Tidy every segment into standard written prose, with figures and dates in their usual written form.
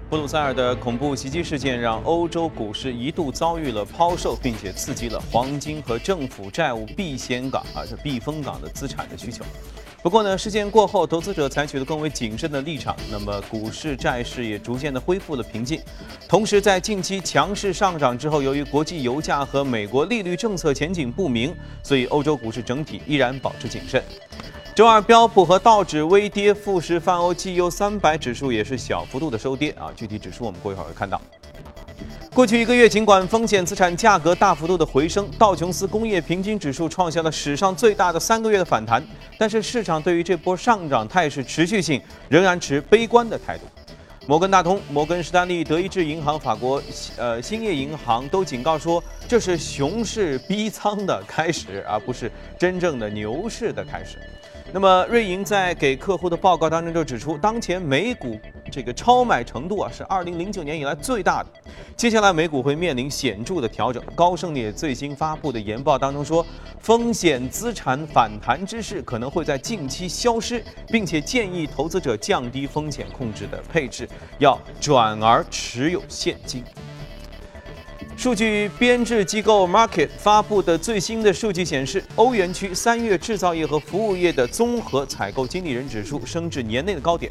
布鲁塞尔的恐怖袭击事件让欧洲股市一度遭遇了抛售，并且刺激了黄金和政府债务避风港的资产的需求。不过呢，事件过后，投资者采取了更为谨慎的立场，那么股市债市也逐渐的恢复了平静。同时，在近期强势上涨之后，由于国际油价和美国利率政策前景不明，所以欧洲股市整体依然保持谨慎。周二，标普和道指微跌，富时泛欧绩优300指数也是小幅度的收跌具体指数我们过一会儿会看到。过去1个月，尽管风险资产价格大幅度的回升，道琼斯工业平均指数创下了史上最大的3个月的反弹，但是市场对于这波上涨态势持续性仍然持悲观的态度。摩根大通、摩根士丹利、德意志银行、法国兴业银行都警告说，这是熊市逼仓的开始，而不是真正的牛市的开始。那么，瑞银在给客户的报告当中就指出，当前美股这个超买程度是2009年以来最大的。接下来美股会面临显著的调整。高盛也最新发布的研报当中说，风险资产反弹之势可能会在近期消失，并且建议投资者降低风险控制的配置，要转而持有现金。数据编制机构 Market 发布的最新的数据显示，欧元区3月制造业和服务业的综合采购经理人指数升至年内的高点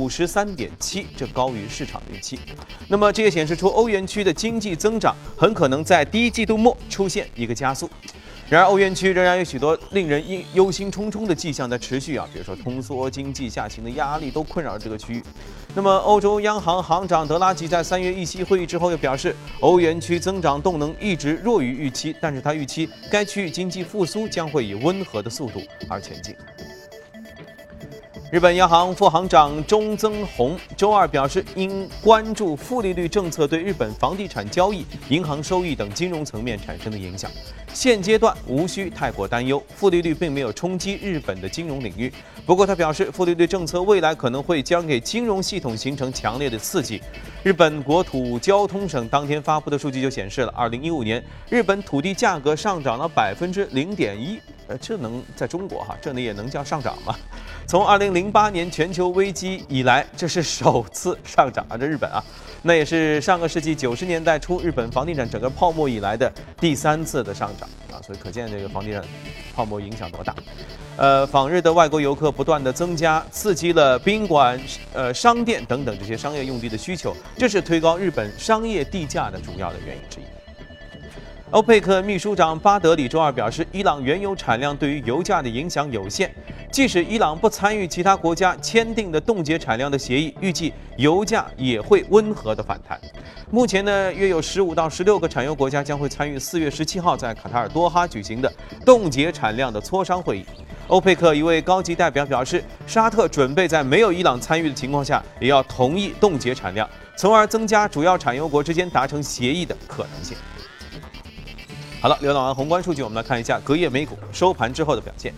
53.7，这高于市场预期。那么这也显示出欧元区的经济增长很可能在第一季度末出现一个加速。然而，欧元区仍然有许多令人忧心忡忡的迹象在持续比如说通缩、经济下行的压力都困扰着这个区域。那么，欧洲央行行长德拉吉在3月议息会议之后又表示，欧元区增长动能一直弱于预期，但是他预期该区域经济复苏将会以温和的速度而前进。日本央行副行长中曾宏周二表示，因关注负利率政策对日本房地产交易、银行收益等金融层面产生的影响，现阶段无需太过担忧，负利率并没有冲击日本的金融领域。不过他表示，负利率政策未来可能会将给金融系统形成强烈的刺激。日本国土交通省当天发布的数据就显示了，2015年日本土地价格上涨了0.1%。这能在中国这也能叫上涨吗？从2008年全球危机以来，这是首次上涨这日本那也是上个世纪90年代初日本房地产整个泡沫以来的第3次的上涨所以可见这个房地产泡沫影响多大。访日的外国游客不断的增加，刺激了宾馆、商店等等这些商业用地的需求，这是推高日本商业地价的主要的原因之一。欧佩克秘书长巴德里周二表示，伊朗原油产量对于油价的影响有限，即使伊朗不参与其他国家签订的冻结产量的协议，预计油价也会温和的反弹。目前呢，约有15到16个产油国家将会参与4月17号在卡塔尔多哈举行的冻结产量的磋商会议。欧佩克一位高级代表表示，沙特准备在没有伊朗参与的情况下，也要同意冻结产量，从而增加主要产油国之间达成协议的可能性。好了，浏览完宏观数据，我们来看一下隔夜美股收盘之后的表现。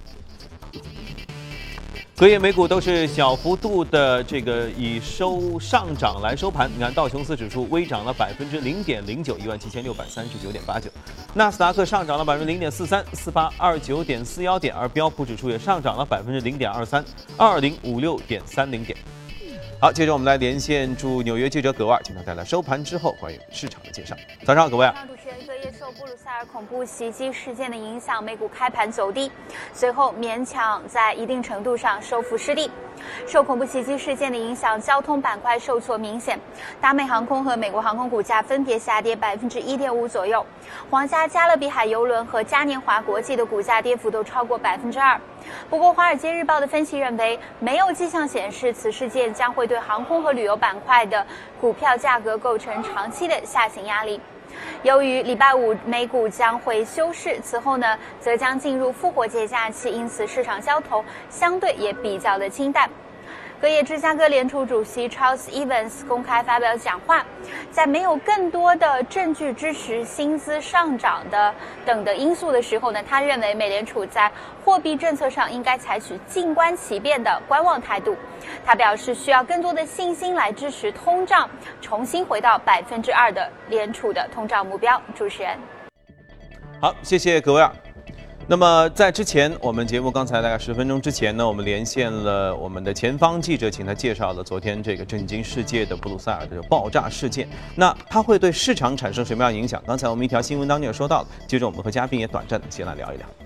隔夜美股都是小幅度的以上涨来收盘。你看，道琼斯指数微涨了0.09%，17639.89；纳斯达克上涨了0.43%，4829.41点；而标普指数也上涨了0.23%，2056.30点。好，接着我们来连线驻纽约记者葛万，请他带来收盘之后关于市场的介绍。早上好，葛万。 主持人，隔夜受布鲁塞尔恐怖袭击事件的影响，美股开盘走低，随后勉强在一定程度上收复失地。受恐怖袭击事件的影响，交通板块受挫明显，达美航空和美国航空股价分别下跌1.5%左右，皇家加勒比海邮轮和嘉年华国际的股价跌幅都超过2%。不过，《华尔街日报》的分析认为，没有迹象显示此事件将会对航空和旅游板块的股票价格构成长期的下行压力。由于礼拜五美股将会休市，此后呢则将进入复活节假期，因此市场交投相对也比较的清淡。隔夜，芝加哥联储主席 Charles Evans 公开发表讲话，在没有更多的证据支持薪资上涨的等的因素的时候呢，他认为美联储在货币政策上应该采取静观其变的观望态度。他表示，需要更多的信心来支持通胀重新回到2%的联储的通胀目标。主持人， 好，谢谢葛维尔。 那么在之前，我们节目刚才大概10分钟之前呢，我们连线了我们的前方记者，请他介绍了昨天这个震惊世界的布鲁塞尔的爆炸事件。那它会对市场产生什么样的影响？刚才我们一条新闻当中也说到了，接着我们和嘉宾也短暂的先来聊一聊。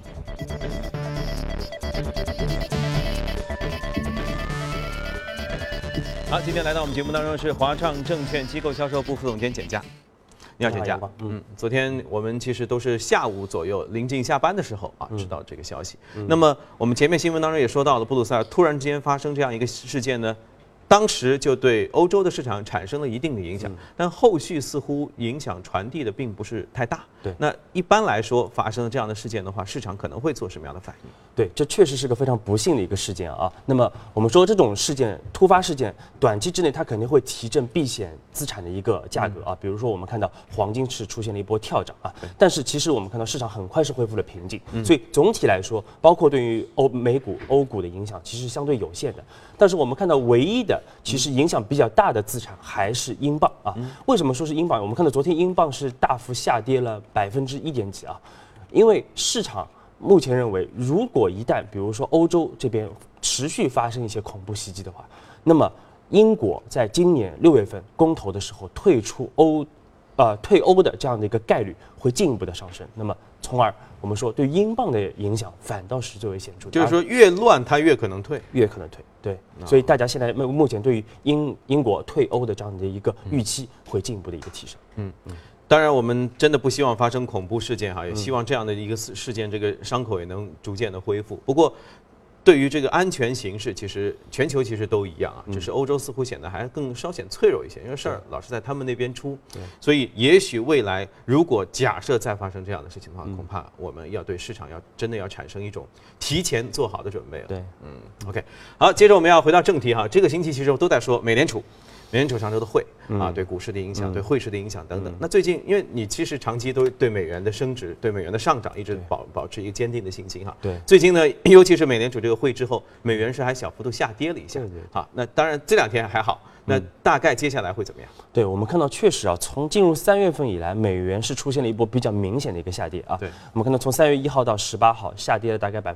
好，今天来到我们节目当中是华创证券机构销售部副总监简佳。你好，简佳。昨天我们其实都是下午左右临近下班的时候啊，知道这个消息。那么我们前面新闻当中也说到了，布鲁塞尔突然之间发生这样一个事件呢，当时就对欧洲的市场产生了一定的影响，但后续似乎影响传递的并不是太大。 对， 那一般来说发生了这样的事件的话，市场可能会做什么样的反应？ 对，这确实是个非常不幸的一个事件啊。那么我们说这种事件突发事件，短期之内它肯定会提振避险资产的一个价格啊。比如说我们看到黄金是出现了一波跳涨啊，但是其实我们看到市场很快是恢复了平静。所以总体来说，包括对于美股、欧股的影响，其实相对有限的。但是我们看到唯一的其实影响比较大的资产还是英镑啊。为什么说是英镑？我们看到昨天英镑是大幅下跌了1%点几啊，因为市场目前认为，如果一旦比如说欧洲这边持续发生一些恐怖袭击的话，那么英国在今年6月份公投的时候退欧的这样的一个概率会进一步的上升，那么从而我们说对英镑的影响反倒是最为显著的， 就是说越乱它越可能退， 越可能退。对，所以大家现在目前对于英国退欧的这样的一个预期会进一步的一个提升。 当然，我们真的不希望发生恐怖事件哈，也希望这样的一个事件，这个伤口也能逐渐的恢复。不过，对于这个安全形势，其实全球其实都一样啊，只是欧洲似乎显得还更稍显脆弱一些，因为事儿老是在他们那边出。所以，也许未来如果假设再发生这样的事情的话，恐怕我们要对市场真的要产生一种提前做好的准备了。 对 ，OK， 好，接着我们要回到正题哈，这个星期其实我都在说美联储上周的会啊，对股市的影响，对汇市的影响等等。那最近，因为你其实长期都对美元的升值、对美元的上涨一直保持一个坚定的信心哈。 对。 最近呢，尤其是美联储这个会之后，美元是还小幅度下跌了一下。 对。 好，那当然这2天还好。那大概接下来会怎么样？ 对，我们看到确实啊，从进入3月份以来，美元是出现了一波比较明显的一个下跌啊。 对， 我们看到从3月1号到18号下跌了大概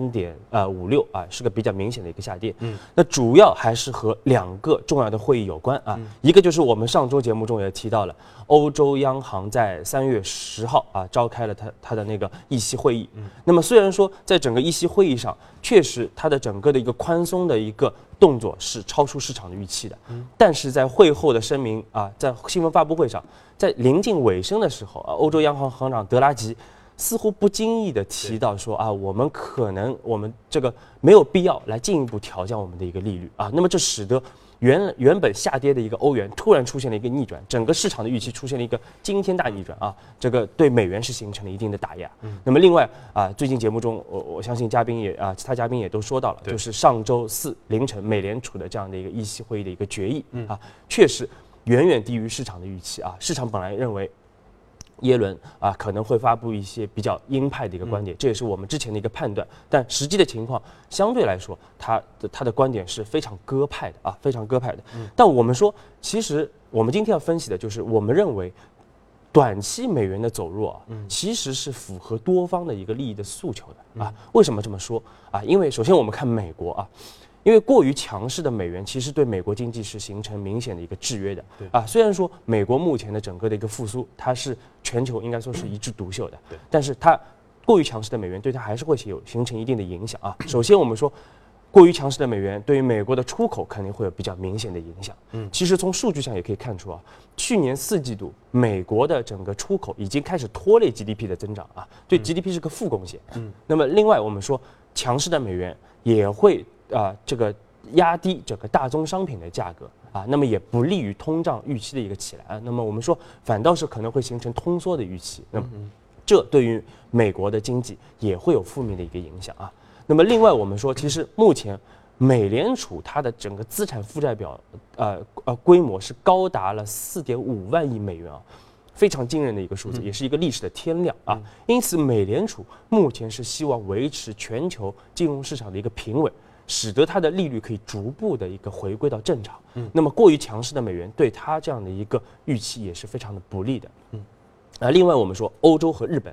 3.56%啊，是个比较明显的一个下跌。那主要还是和2个重要的会议有关啊，一个就是我们上周节目中也提到了，欧洲央行在3月10号啊召开了它的那个议息会议。那么虽然说在整个议息会议上，确实它的整个的一个宽松的一个动作是超出市场的预期的，但是在会后的声明啊，在新闻发布会上，在临近尾声的时候啊，欧洲央行行长德拉吉似乎不经意的提到说啊，我们这个没有必要来进一步调降我们的一个利率啊，那么这使得原本下跌的一个欧元突然出现了一个逆转，整个市场的预期出现了一个惊天大逆转啊，这个对美元是形成了一定的打压。那么另外啊，最近节目中我相信其他嘉宾也都说到了，就是上周4凌晨美联储的这样的一个议息会议的一个决议啊，确实远远低于市场的预期啊，市场本来认为耶伦啊可能会发布一些比较鹰派的一个观点，这也是我们之前的一个判断。但实际的情况相对来说，他的观点是非常鸽派的啊，非常鸽派的。但我们说，其实我们今天要分析的就是，我们认为短期美元的走弱啊，其实是符合多方的一个利益的诉求的啊。为什么这么说啊？因为首先我们看美国啊。因为过于强势的美元，其实对美国经济是形成明显的一个制约的。啊，虽然说美国目前的整个的一个复苏，它是全球应该说是一枝独秀的，但是它过于强势的美元对它还是会形成一定的影响啊。首先我们说，过于强势的美元对于美国的出口肯定会有比较明显的影响。其实从数据上也可以看出啊，去年4季度美国的整个出口已经开始拖累 GDP 的增长啊，对 GDP 是个负贡献。那么另外我们说，强势的美元也会这个压低整个大宗商品的价格啊，那么也不利于通胀预期的一个起来啊。那么我们说，反倒是可能会形成通缩的预期，那么这对于美国的经济也会有负面的一个影响啊。那么另外我们说，其实目前美联储它的整个资产负债表规模是高达了4.5万亿美元啊。非常惊人的一个数字，也是一个历史的天量啊！因此，美联储目前是希望维持全球金融市场的一个平稳，使得它的利率可以逐步的一个回归到正常。那么，过于强势的美元对它这样的一个预期也是非常的不利的。另外我们说欧洲和日本。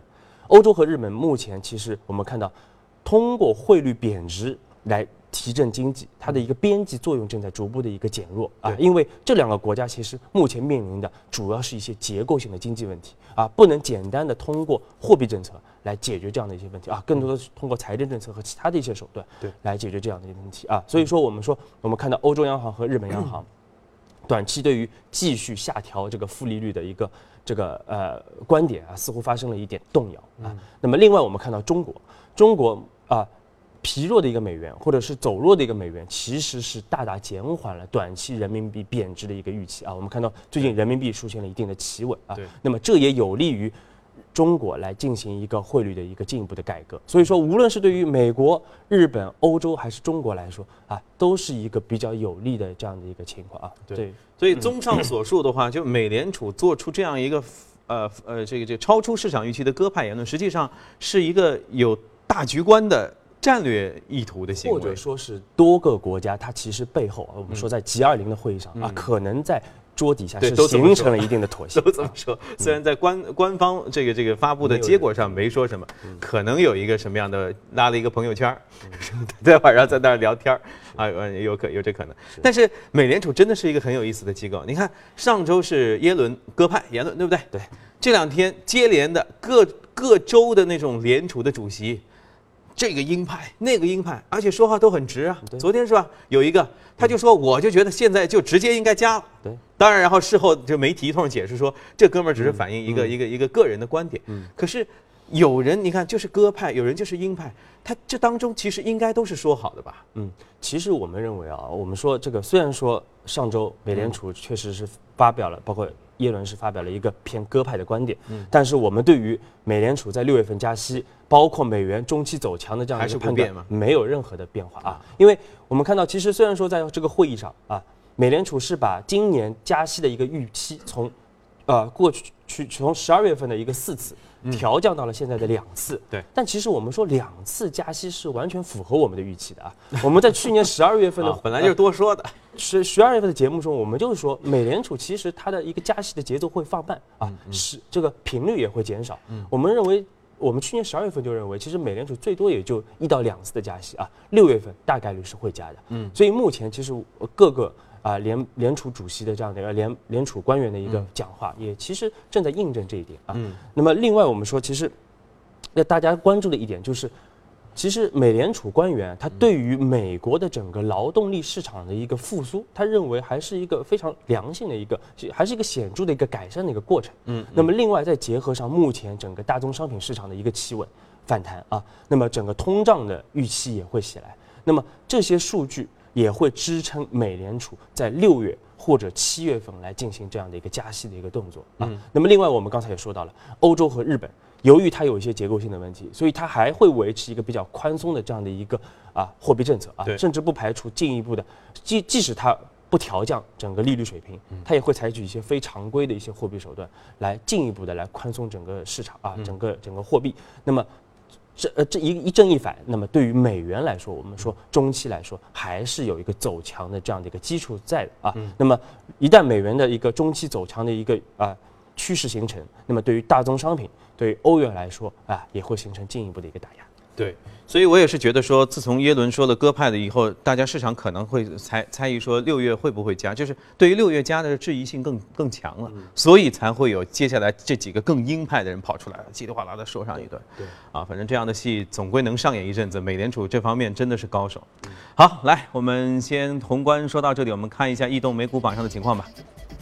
欧洲和日本目前其实我们看到，通过汇率贬值来提振经济，它的一个边际作用正在逐步的一个减弱啊，因为这两个国家其实目前面临的主要是一些结构性的经济问题啊，不能简单的通过货币政策来解决这样的一些问题啊，更多的是通过财政政策和其他的一些手段来解决这样的一些问题啊，所以说我们看到欧洲央行和日本央行短期对于继续下调这个负利率的一个观点啊，似乎发生了一点动摇啊。那么另外我们看到中国啊。疲弱的一个美元，或者是走弱的一个美元，其实是大大减缓了短期人民币贬值的一个预期啊。我们看到最近人民币出现了一定的企稳啊，那么这也有利于中国来进行一个汇率的一个进一步的改革。所以说，无论是对于美国、日本、欧洲还是中国来说啊，都是一个比较有利的这样的一个情况啊。 对，所以综上所述的话，就美联储做出这样一个这个超出市场预期的鸽派言论，实际上是一个有大局观的战略意图的行为， 或者说是多个国家，它其实背后，我们说在 G20的会议上啊，可能在桌底下是形成了一定的妥协。 都这么说，虽然在官方这个发布的结果上没说什么，可能有一个什么样的拉了一个朋友圈，在晚上在那儿聊天啊，有这可能。但是美联储真的是一个很有意思的机构。你看上周是耶伦鸽派言论，对不对？ 对。 这两天接连的各州的那种联储的主席。这个鹰派，那个鹰派，而且说话都很直啊。昨天是吧？有一个他就说，我就觉得现在就直接应该加了。 对， 当然，然后事后就媒体一通解释说，这哥们儿只是反映一个个人的观点。可是有人你看就是鸽派，有人就是鹰派，他这当中其实应该都是说好的吧？ 其实我们认为啊，我们说这个虽然说上周美联储确实是发表了，包括耶伦是发表了一个偏鸽派的观点，但是我们对于美联储在6月份加息，包括美元中期走强的这样一个判断，没有任何的变化啊。因为我们看到，其实虽然说在这个会议上啊，美联储是把今年加息的一个预期从过去从12月份的一个4次调降到了现在的2次， 对。 但其实我们说2次加息是完全符合我们的预期的啊。我们在去年12月份的本来就是多说的。 12月份的节目中，我们就是说，美联储其实它的一个加息的节奏会放慢啊，是这个频率也会减少。我们认为，我们去年12月份就认为，其实美联储最多也就1到2次的加息啊，6月份大概率是会加的。所以目前其实各个联储主席的这样的一个联储官员的一个讲话，也其实正在印证这一点啊。那么另外我们说，其实那大家关注的一点就是。其实美联储官员他对于美国的整个劳动力市场的一个复苏，他认为还是一个非常良性的一个，还是一个显著的一个改善的一个过程。那么另外再结合上目前整个大宗商品市场的一个企稳反弹啊，那么整个通胀的预期也会起来，那么这些数据也会支撑美联储在6月或者7月份来进行这样的一个加息的一个动作啊。那么另外我们刚才也说到了，欧洲和日本。由于它有一些结构性的问题，所以它还会维持一个比较宽松的这样的一个货币政策啊，甚至不排除进一步的，即使它不调降整个利率水平，它也会采取一些非常规的一些货币手段来进一步的来宽松整个市场啊，整个货币。那么这一正一反，那么对于美元来说，我们说中期来说还是有一个走强的这样的一个基础在的啊。那么一旦美元的一个中期走强的一个趋势形成，那么对于大宗商品，对于欧元来说也会形成进一步的一个打压。 对，所以我也是觉得说，自从耶伦说了鸽派的以后，大家市场可能会猜疑说6月会不会加，就是对于6月加的质疑性更强了，所以才会有接下来这几个更鹰派的人跑出来了，叽里哗啦的说上一段。 对， 反正这样的戏总归能上演一阵子。美联储这方面真的是高手。好，来，我们先宏观说到这里，我们看一下异动美股榜上的情况吧。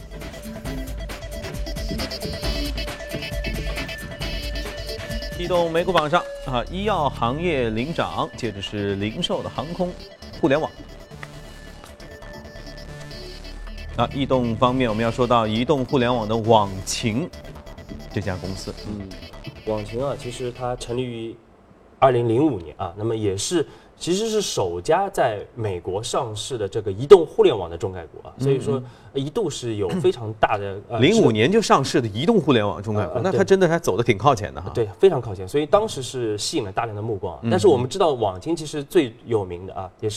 异动美股榜上医药行业领涨，接着是零售的航空、互联网。异动方面，我们要说到移动互联网的网情这家公司。 网情其实它成立于2005年那么其实是首家在美国上市的这个移动互联网的中概股所以说一度是有非常大的 05年就上市的移动互联网中概股，那它真的还走得挺靠前的哈。 对，非常靠前，所以当时是吸引了大量的目光但是我们知道网情其实最有名的也是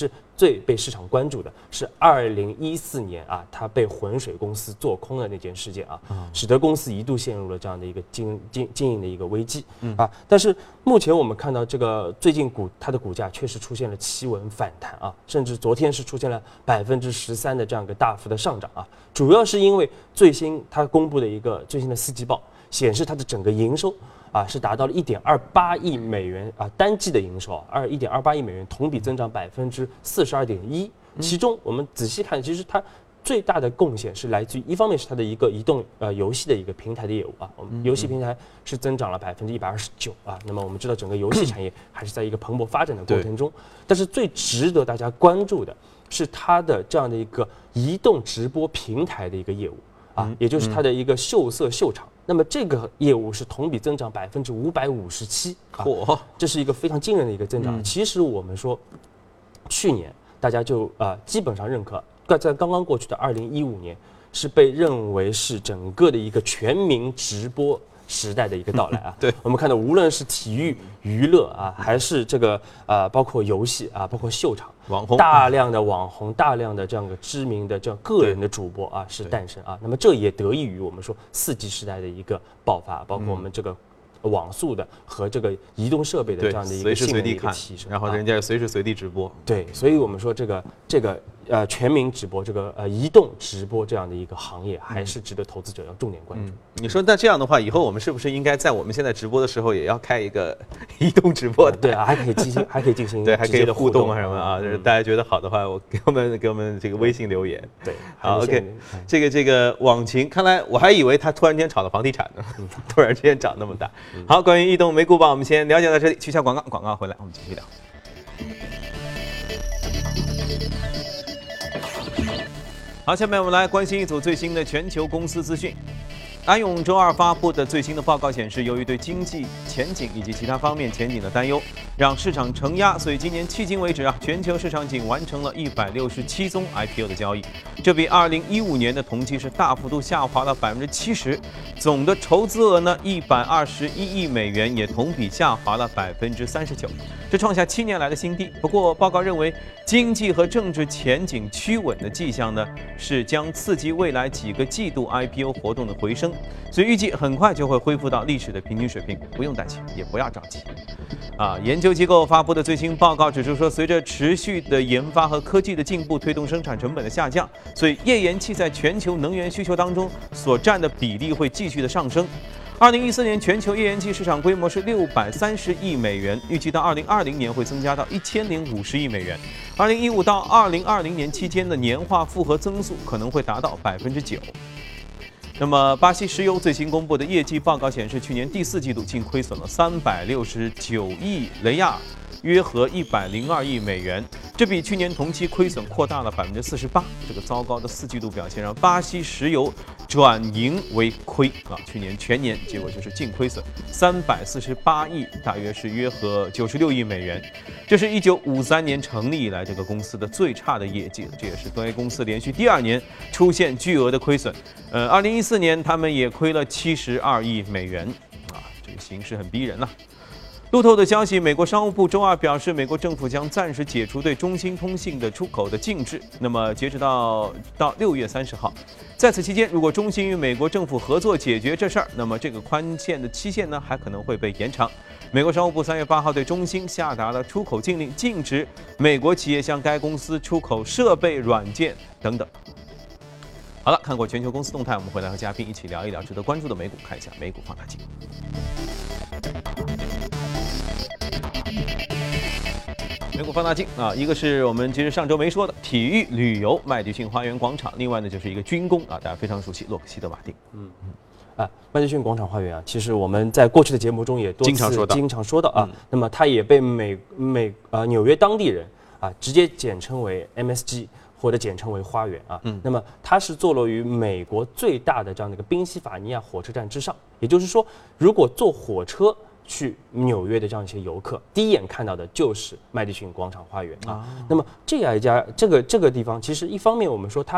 最被市场关注的是2014年啊，它被浑水公司做空的那件事件啊，使得公司一度陷入了这样的一个经营的一个危机啊。但是目前我们看到这个最近它的股价确实出现了企稳反弹啊，甚至昨天是出现了13%的这样一个大幅的上涨啊，主要是因为最新它公布的一个最新的4季报显示它的整个营收啊是达到了1.28亿美元啊，单季的营收啊，1.28亿美元，同比增长42.1%。其中我们仔细看，其实它最大的贡献是来自于一方面是它的一个移动游戏的一个平台的业务啊，我们游戏平台是增长了129%啊。那么我们知道整个游戏产业还是在一个蓬勃发展的过程中，但是最值得大家关注的是它的这样的一个移动直播平台的一个业务啊，也就是它的一个秀色秀场。那么这个业务是同比增长557%啊，这是一个非常惊人的一个增长。其实我们说，去年大家就基本上认可，在刚刚过去的2015年是被认为是整个的一个全民直播时代的一个到来啊。 对， 我们看到无论是体育娱乐啊，还是这个包括游戏啊，包括秀场。 网红大量的网红，大量的这样的知名的这样个人的主播啊是诞生啊，那么这也得益于我们说4G时代的一个爆发，包括我们这个网速的和这个移动设备的这样的一个性能的一个提升， 然后人家随时随地直播。 对，所以我们说这个全民直播，这个移动直播这样的一个行业，还是值得投资者要重点关注。 你说那这样的话，以后我们是不是应该在我们现在直播的时候，也要开一个移动直播的？ 对啊，还可以进行对，还可以互动啊什么啊。 就是大家觉得好的话，给我们这个微信留言。 对， 好 ，OK。这个网秦，看来我还以为他突然间炒了房地产呢，突然之间涨那么大。好，关于移动美股榜，我们先了解到这里，去下广告，广告回来我们继续聊。好，下面我们来关心一组最新的全球公司资讯。安永周二发布的最新的报告显示，由于对经济前景以及其他方面前景的担忧，让市场承压，所以今年迄今为止全球市场仅完成了167宗 IPO 的交易，这比2015年的同期是大幅度下滑了70%。总的筹资额呢，121亿美元，也同比下滑了39%，这创下7年来的新低。不过，报告认为，经济和政治前景趋稳的迹象呢，是将刺激未来几个季度 IPO 活动的回升。所以预计很快就会恢复到历史的平均水平，不用担心，也不要着急。研究机构发布的最新报告指出说，随着持续的研发和科技的进步，推动生产成本的下降，所以页岩气在全球能源需求当中所占的比例会继续的上升。2014年全球页岩气市场规模是630亿美元，预计到2020年会增加到1050亿美元。2015到2020年期间的年化复合增速可能会达到9%。那么，巴西石油最新公布的业绩报告显示，去年第4季度净亏损了369亿雷亚尔，约合102亿美元，这比去年同期亏损扩大了48%。这个糟糕的4季度表现让巴西石油转盈为亏去年全年结果就是净亏损348亿，大约是约合96亿美元。这是1953年成立以来这个公司的最差的业绩了，这也是该公司连续第2年出现巨额的亏损。2014年他们也亏了72亿美元这个形势很逼人呐。路透的消息，美国商务部周二表示，美国政府将暂时解除对中兴通信的出口的禁制。那么，截止到6月30号，在此期间，如果中兴与美国政府合作解决这事儿，那么这个宽限的期限呢，还可能会被延长。美国商务部3月8号对中兴下达了出口禁令，禁止美国企业向该公司出口设备、软件等等。好了，看过全球公司动态，我们回来和嘉宾一起聊一聊值得关注的美股，看一下美股放大镜。美股放大镜一个是我们其实上周没说的体育旅游麦迪逊花园广场，另外呢就是一个军工大家非常熟悉洛克希德马丁。 麦迪逊广场花园其实我们在过去的节目中也多次经常说到那么它也被纽约当地人直接简称为 MSG 或者简称为花园那么它是坐落于美国最大的这样的一个宾夕法尼亚火车站之上，也就是说，如果坐火车去纽约的这样一些游客，第一眼看到的就是麦迪逊广场花园那么这个地方，其实一方面我们说它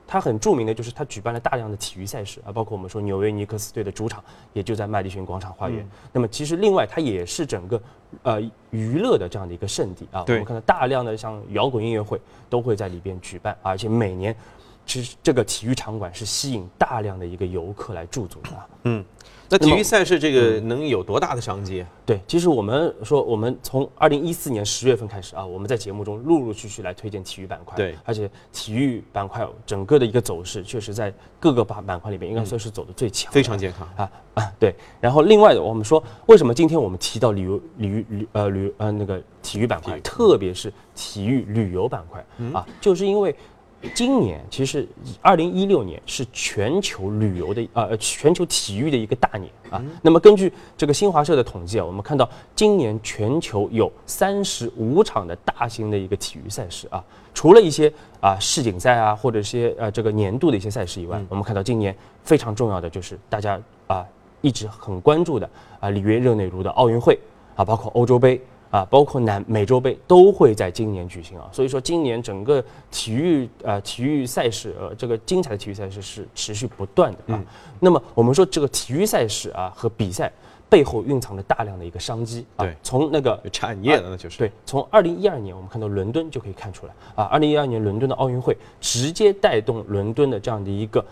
它很著名的就是它举办了大量的体育赛事啊，包括我们说纽约尼克斯队的主场也就在麦迪逊广场花园。那么其实另外它也是整个娱乐的这样的一个圣地啊。我们看到大量的像摇滚音乐会都会在里边举办，而且每年其实这个体育场馆是吸引大量的一个游客来驻足的啊。 那体育赛事这个能有多大的商机啊？ 对，其实我们说，我们从2014年10月份开始啊，我们在节目中陆陆续续来推荐体育板块。 对， 而且体育板块整个的一个走势，确实在各个板块里面应该算是走得最强， 非常健康对。然后另外的，我们说为什么今天我们提到那个体育板块，特别是体育旅游板块啊，就是因为。今年其实2016年是全球旅游的全球体育的一个大年啊。那么根据这个新华社的统计啊，我们看到今年全球有35场的大型的一个体育赛事啊，除了一些世锦赛啊或者一些这个年度的一些赛事以外，我们看到今年非常重要的就是大家一直很关注的里约热内卢的奥运会啊，包括欧洲杯。包括南美洲杯都会在今年举行啊，所以说今年整个体育赛事这个精彩的体育赛事是持续不断的啊。那么我们说这个体育赛事和比赛背后蕴藏着大量的一个商机啊。 对， 从那个产业的那就是对，从2012年我们看到伦敦就可以看出来啊，2012年伦敦的奥运会直接带动伦敦的这样的一个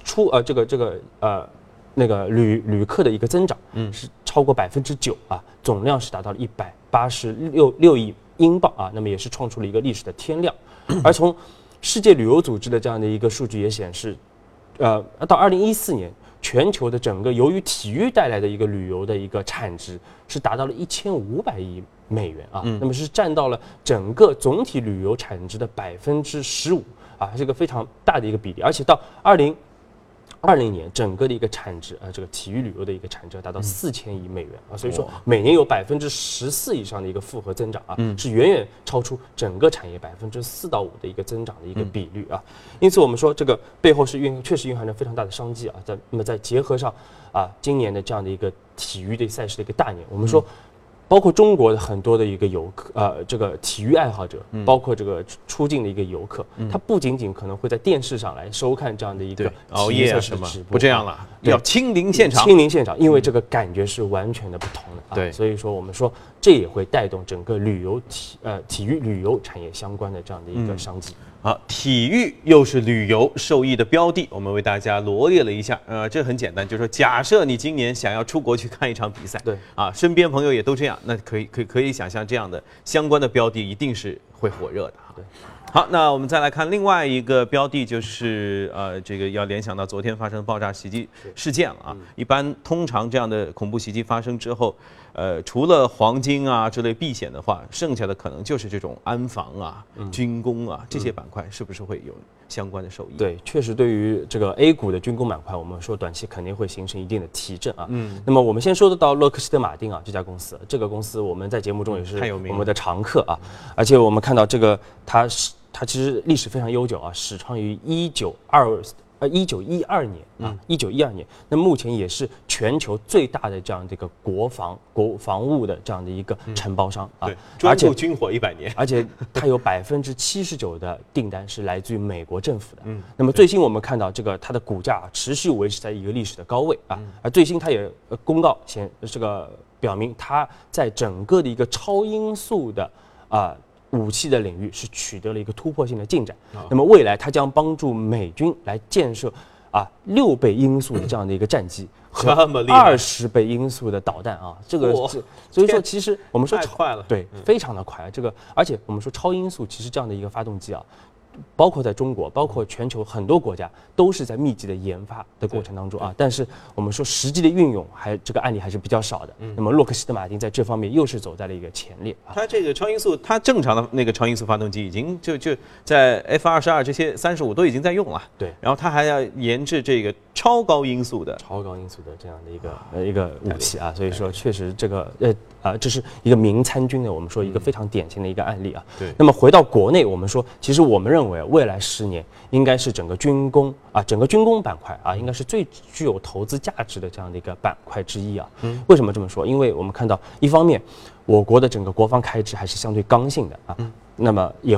那个旅客的一个增长，是超过9%啊，总量是达到了186亿英镑啊，那么也是创出了一个历史的天量。而从世界旅游组织的这样的一个数据也显示，到2014年，全球的整个由于体育带来的一个旅游的一个产值是达到了1500亿美元啊，那么是占到了整个总体旅游产值的15%啊，是一个非常大的一个比例，而且到2020年整个的一个产值这个体育旅游的一个产值达到4000亿美元啊，所以说每年有14%以上的一个复合增长啊，是远远超出整个产业4%到5%的一个增长的一个比率啊。因此我们说这个背后是确实蕴含着非常大的商机啊。那么再结合上今年的这样的一个体育的赛事的一个大年，我们说。包括中国的很多的一个游客，这个体育爱好者，包括这个出境的一个游客，他不仅仅可能会在电视上来收看这样的一个熬夜什么，不这样了，要亲临现场。 亲临现场，因为这个感觉是完全的不同的。 对， 所以说我们说这也会带动整个体育旅游产业相关的这样的一个商机。 好，体育又是旅游受益的标的，我们为大家罗列了一下。这很简单，就是说，假设你今年想要出国去看一场比赛， 对身边朋友也都这样，那可以想象这样的相关的标的一定是会火热的哈。 对。 好，那我们再来看另外一个标的，就是这个要联想到昨天发生爆炸袭击事件了啊。一般通常这样的恐怖袭击发生之后，除了黄金之类避险的话，剩下的可能就是这种安防军工这些板块，是不是会有相关的受益？ 对，确实对于这个 A 股的军工板块，我们说短期肯定会形成一定的提振啊。那么我们先说得到洛克希德马丁这家公司，这个公司我们在节目中也是我们的常客啊，而且我们看到这个它其实历史非常悠久啊，始创于1912年1912年，那目前也是全球最大的这样的一个国防务的这样的一个承包商啊， 专注军火100年， 而且它有79%的订单是来自于美国政府的。那么最新我们看到它的股价持续维持在一个历史的高位啊，而最新它也公告表明它在整个的一个超音速的武器的领域是取得了一个突破性的进展。那么未来它将帮助美军来建设6倍音速的这样的一个战机和20倍音速的导弹啊，所以说其实我们说太快了， 对，非常的快啊。而且我们说超音速其实这样的一个发动机包括在中国，包括全球很多国家都是在密集的研发的过程当中但是我们说实际的运用这个案例还是比较少的。那么洛克希德马丁在这方面又是走在了一个前列它这个超音速，它正常的那个超音速发动机已经就在 F-22这些35都已经在用了。 对， 然后它还要研制这个超高音速的这样的一个武器所以说确实这个这是一个民参军的我们说一个非常典型的一个案例对。 那么回到国内，我们说其实我们认为未来10年应该是整个军工板块应该是最具有投资价值的这样的一个板块之一为什么这么说？因为我们看到一方面我国的整个国防开支还是相对刚性的那么也会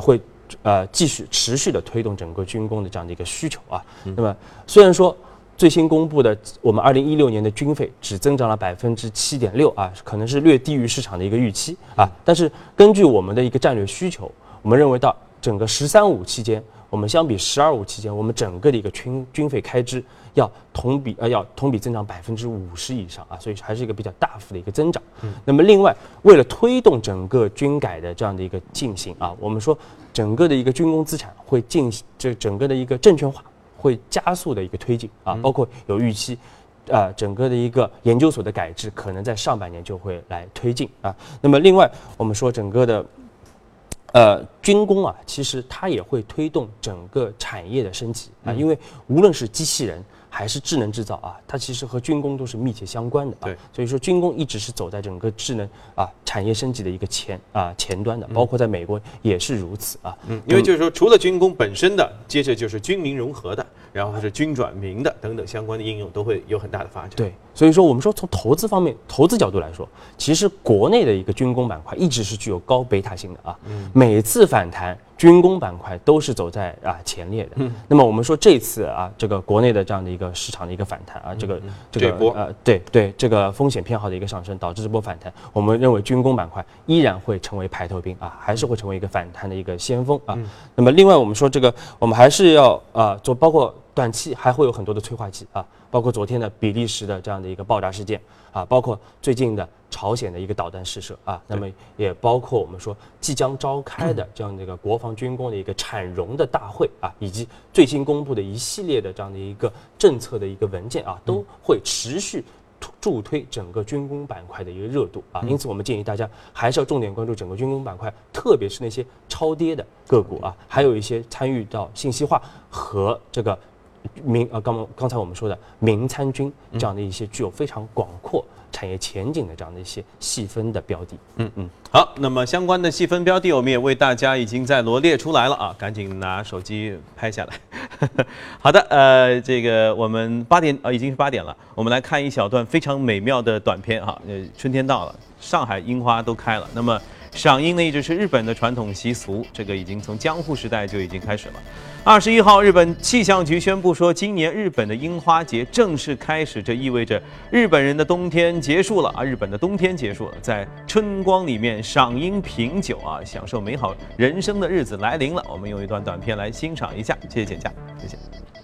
继续持续的推动整个军工的这样的一个需求啊。那么虽然说最新公布的我们2016年的军费只增长了7.6%啊，可能是略低于市场的一个预期啊，但是根据我们的一个战略需求，我们认为到整个“13+5”期间，我们相比“12+5”期间，我们整个的一个军费开支要同比增长50%以上啊，所以还是一个比较大幅的一个增长。那么另外，为了推动整个军改的这样的一个进行啊，我们说整个的一个军工资产会整个的一个证券化会加速的一个推进啊，包括有预期。整个的一个研究所的改制可能在上半年就会来推进啊。那么另外，我们说整个的军工啊，其实它也会推动整个产业的升级啊，因为无论是机器人还是智能制造啊，它其实和军工都是密切相关的啊。对，所以说军工一直是走在整个智能产业升级的一个前端的，包括在美国也是如此啊。 因为就是说，除了军工本身的，接着就是军民融合的，然后还是军转民的等等相关的应用都会有很大的发展。 对，所以说我们说从投资方面、投资角度来说，其实国内的一个军工板块一直是具有高贝塔性的啊。每次反弹，军工板块都是走在前列的。那么我们说这次这个国内的这样的一个市场的一个反弹啊，这个风险偏好的一个上升，导致这波反弹，我们认为军工板块依然会成为排头兵啊，还是会成为一个反弹的一个先锋啊。那么另外我们说这个，我们还是要做，包括短期还会有很多的催化剂啊，包括昨天的比利时的这样的一个爆炸事件啊，包括最近的朝鲜的一个导弹试射啊，那么也包括我们说即将召开的这样的一个国防军工的一个产融的大会啊，以及最新公布的一系列的这样的一个政策的一个文件啊，都会持续助推整个军工板块的一个热度啊，因此我们建议大家还是要重点关注整个军工板块，特别是那些超跌的个股啊，还有一些参与到信息化和这个刚才我们说的民参军这样的一些具有非常广阔产业前景的这样的一些细分的标的。 好，那么相关的细分标的我们也为大家已经在罗列出来了啊，赶紧拿手机拍下来。好的，这个我们已经是8点了，我们来看一小段非常美妙的短片哈。春天到了，上海樱花都开了，那么赏樱呢一直是日本的传统习俗，这个已经从江户时代就已经开始了。21号，日本气象局宣布说，今年日本的樱花节正式开始，这意味着日本人的冬天结束了啊！日本的冬天结束了，在春光里面赏樱品酒啊，享受美好人生的日子来临了。我们用一段短片来欣赏一下，谢谢简佳，谢谢。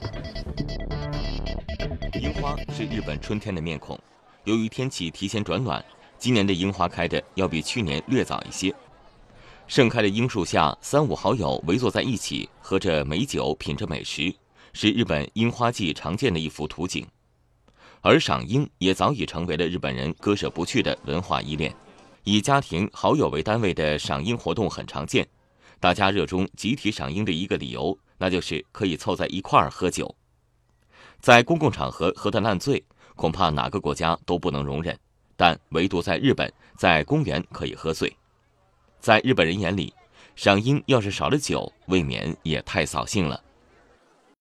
樱花是日本春天的面孔，由于天气提前转暖，今年的樱花开的要比去年略早一些。盛开的樱树下，3、5好友围坐在一起，喝着美酒，品着美食，是日本樱花季常见的一幅图景。而赏樱也早已成为了日本人割舍不去的文化依恋。以家庭好友为单位的赏樱活动很常见，大家热衷集体赏樱的一个理由，那就是可以凑在一块儿喝酒。在公共场合喝得烂醉，恐怕哪个国家都不能容忍，但唯独在日本，在公园可以喝醉。在日本人眼里，赏樱要是少了酒，未免也太扫兴了。